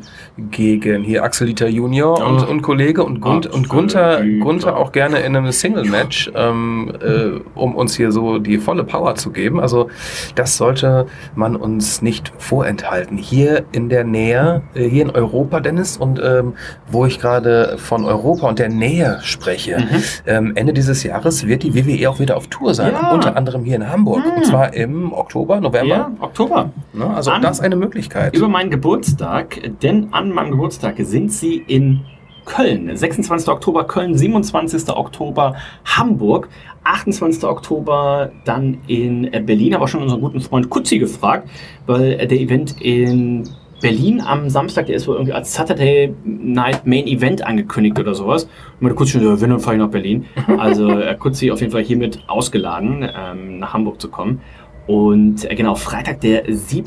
hier Axel Dieter Junior und Kollege und Gunther auch gerne in einem Single-Match, um uns hier so die volle Power zu geben. Also das sollte man uns nicht vorenthalten. Hier in der Nähe, hier in Europa, Dennis, und wo ich gerade von Europa und der Nähe spreche. Ende dieses Jahres wird die WWE auch wieder auf Tour sein, unter anderem hier in Hamburg. Und zwar im Oktober, November. Ja, Oktober. Ne? Also das ist eine Möglichkeit. Über meinen Geburtstag, denn an meinem Geburtstag sind sie in Köln. 26. Oktober Köln, 27. Oktober Hamburg, 28. Oktober dann in Berlin. Aber schon unseren guten Freund Kutzi gefragt, weil der Event in Berlin am Samstag, der ist wohl irgendwie als Saturday Night Main Event angekündigt oder sowas. Und meine Kutzi so, wenn, dann fahre ich nach Berlin. Also Kutzi auf jeden Fall hiermit ausgeladen, nach Hamburg zu kommen. Und genau, Freitag, der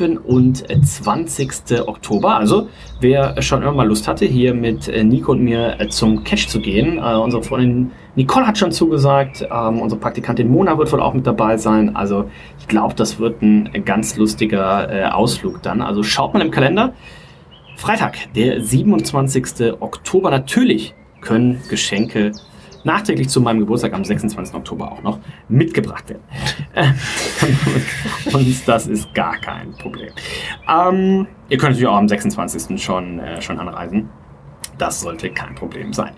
27. Oktober. Also, wer schon immer mal Lust hatte, hier mit Nico und mir zum Catch zu gehen. Unsere Freundin Nicole hat schon zugesagt. Unsere Praktikantin Mona wird wohl auch mit dabei sein. Also, ich glaube, das wird ein ganz lustiger Ausflug dann. Also, schaut mal im Kalender. Freitag, der 27. Oktober. Natürlich können Geschenke nachträglich zu meinem Geburtstag am 26. Oktober auch noch mitgebracht werden. Und das ist gar kein Problem. Ihr könnt natürlich auch am 26. schon anreisen. Das sollte kein Problem sein.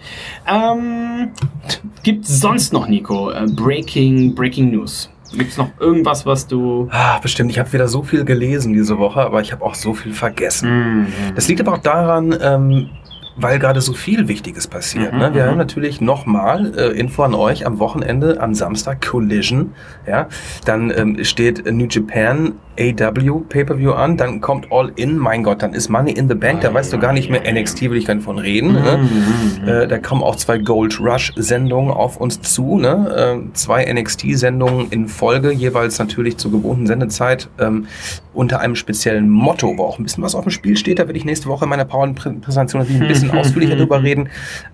Gibt es sonst noch, Nico, Breaking News? Gibt es noch irgendwas, was du... Bestimmt. Ich habe wieder so viel gelesen diese Woche, aber ich habe auch so viel vergessen. Das liegt aber auch daran, weil gerade so viel Wichtiges passiert. Ne? Wir haben natürlich nochmal Info an euch am Wochenende, am Samstag, Collision. Ja? Dann steht New Japan AW Pay-Per-View an, dann kommt All In, mein Gott, dann ist Money in the Bank, da weißt du gar nicht mehr, NXT will ich gar nicht von reden. Ne? Da kommen auch 2 Gold Rush Sendungen auf uns zu, ne? 2 NXT Sendungen in Folge, jeweils natürlich zur gewohnten Sendezeit, unter einem speziellen Motto, wo auch ein bisschen was auf dem Spiel steht, da werde ich nächste Woche in meiner Power-Präsentation natürlich ein bisschen ausführlicher drüber reden.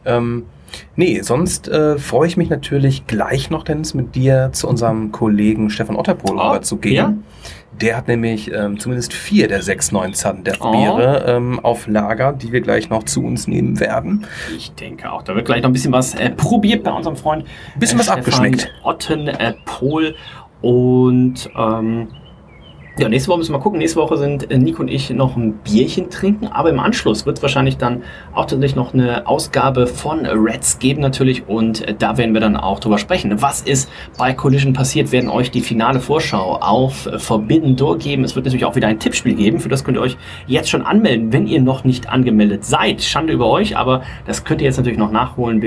Sonst freue ich mich natürlich gleich noch, Dennis, mit dir zu unserem Kollegen Stefan Otterpohl zu gehen. Ja? Der hat nämlich zumindest 4 der 6 neuen Sudden Death Biere auf Lager, die wir gleich noch zu uns nehmen werden. Ich denke auch, da wird gleich noch ein bisschen was probiert bei unserem Freund. Bisschen was abgeschmeckt. Otterpohl und Ja, nächste Woche müssen wir mal gucken. Nächste Woche sind Nico und ich noch ein Bierchen trinken, aber im Anschluss wird es wahrscheinlich dann auch tatsächlich noch eine Ausgabe von Reds geben natürlich und da werden wir dann auch drüber sprechen. Was ist bei Collision passiert? Werden euch die finale Vorschau auf Forbidden Door geben. Es wird natürlich auch wieder ein Tippspiel geben, für das könnt ihr euch jetzt schon anmelden, wenn ihr noch nicht angemeldet seid. Schande über euch, aber das könnt ihr jetzt natürlich noch nachholen.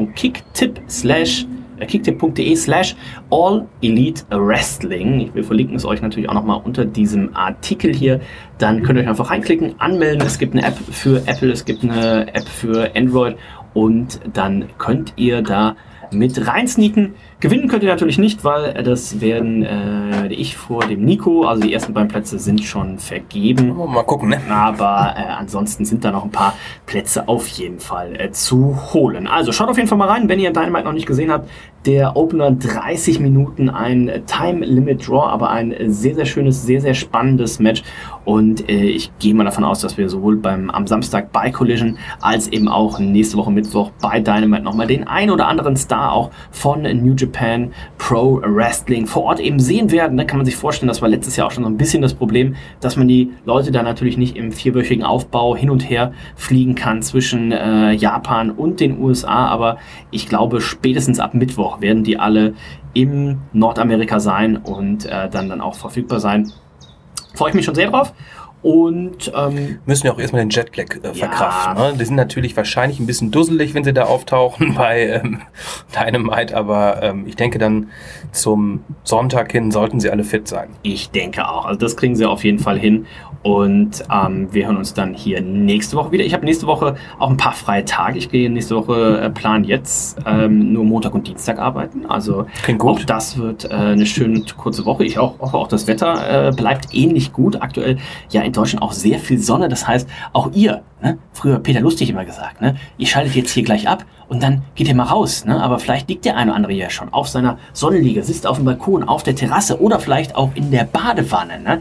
www.kicktipp.de/All Elite Wrestling. Wir verlinken es euch natürlich auch nochmal unter diesem Artikel hier. Dann könnt ihr euch einfach reinklicken, anmelden. Es gibt eine App für Apple, es gibt eine App für Android und dann könnt ihr da mit reinsneaken. Gewinnen könnt ihr natürlich nicht, weil das werden ich vor dem Nico, also die ersten beiden Plätze sind schon vergeben. Mal gucken, ne? Aber ansonsten sind da noch ein paar Plätze auf jeden Fall zu holen. Also schaut auf jeden Fall mal rein, wenn ihr Dynamite noch nicht gesehen habt. Der Opener 30 Minuten, ein Time-Limit-Draw, aber ein sehr, sehr schönes, sehr, sehr spannendes Match. Und ich gehe mal davon aus, dass wir sowohl am Samstag bei Collision als eben auch nächste Woche Mittwoch bei Dynamite nochmal den ein oder anderen Star auch von New Japan Pro Wrestling vor Ort eben sehen werden. Da kann man sich vorstellen, das war letztes Jahr auch schon so ein bisschen das Problem, dass man die Leute da natürlich nicht im 4-wöchigen Aufbau hin und her fliegen kann zwischen Japan und den USA. Aber ich glaube, spätestens ab Mittwoch werden die alle in Nordamerika sein und dann auch verfügbar sein. Freue ich mich schon sehr drauf. Und müssen ja auch erstmal den Jetlag verkraften. Ne? Die sind natürlich wahrscheinlich ein bisschen dusselig, wenn sie da auftauchen bei Dynamite, aber ich denke dann zum Sonntag hin sollten sie alle fit sein. Ich denke auch. Also das kriegen sie auf jeden Fall hin. Und wir hören uns dann hier nächste Woche wieder. Ich habe nächste Woche auch ein paar freie Tage. Ich gehe nächste Woche plan jetzt nur Montag und Dienstag arbeiten. Also auch das wird eine schöne kurze Woche. Ich hoffe auch, das Wetter bleibt ähnlich gut. Aktuell ja in Deutschland auch sehr viel Sonne. Das heißt, auch ihr, ne? Früher Peter Lustig immer gesagt, ne? Ihr schaltet jetzt hier gleich ab und dann geht ihr mal raus. Ne? Aber vielleicht liegt der eine oder andere ja schon auf seiner Sonnenliege, sitzt auf dem Balkon, auf der Terrasse oder vielleicht auch in der Badewanne. Ne?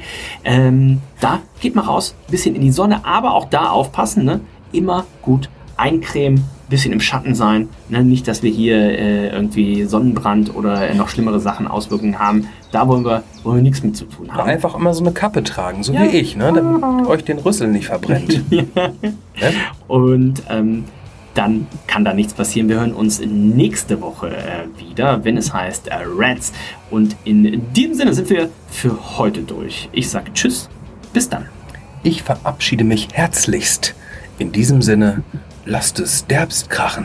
Da geht mal raus, bisschen in die Sonne, aber auch da aufpassen. Ne? Immer gut eincremen, bisschen im Schatten sein. Ne? Nicht, dass wir hier irgendwie Sonnenbrand oder noch schlimmere Sachen, Auswirkungen haben. Da wollen wir nichts mit zu tun haben. Einfach immer so eine Kappe tragen, so wie ich, ne? Damit euch den Rüssel nicht verbrennt. Ja. Und dann kann da nichts passieren. Wir hören uns nächste Woche wieder, wenn es heißt Reds. Und in diesem Sinne sind wir für heute durch. Ich sage Tschüss, bis dann. Ich verabschiede mich herzlichst. In diesem Sinne, lasst es derbst krachen.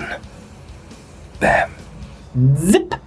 Bam. Zip.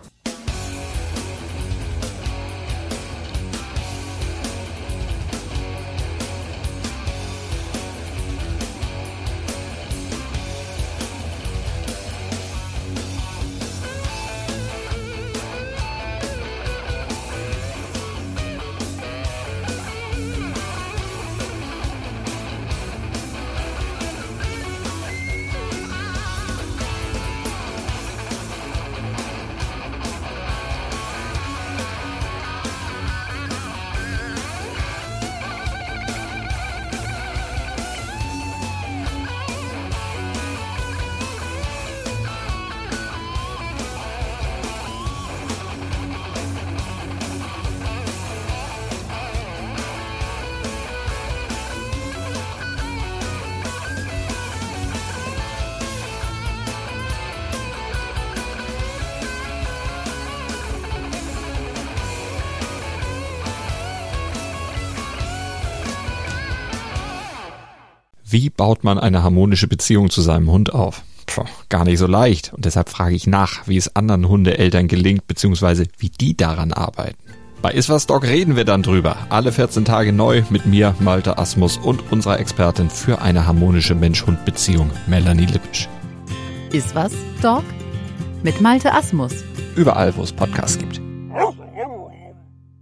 Wie baut man eine harmonische Beziehung zu seinem Hund auf? Gar nicht so leicht. Und deshalb frage ich nach, wie es anderen Hundeeltern gelingt, beziehungsweise wie die daran arbeiten. Bei Iswas Dog reden wir dann drüber. Alle 14 Tage neu mit mir, Malte Asmus und unserer Expertin für eine harmonische Mensch-Hund-Beziehung, Melanie Lippisch. Iswas Dog mit Malte Asmus. Überall, wo es Podcasts gibt.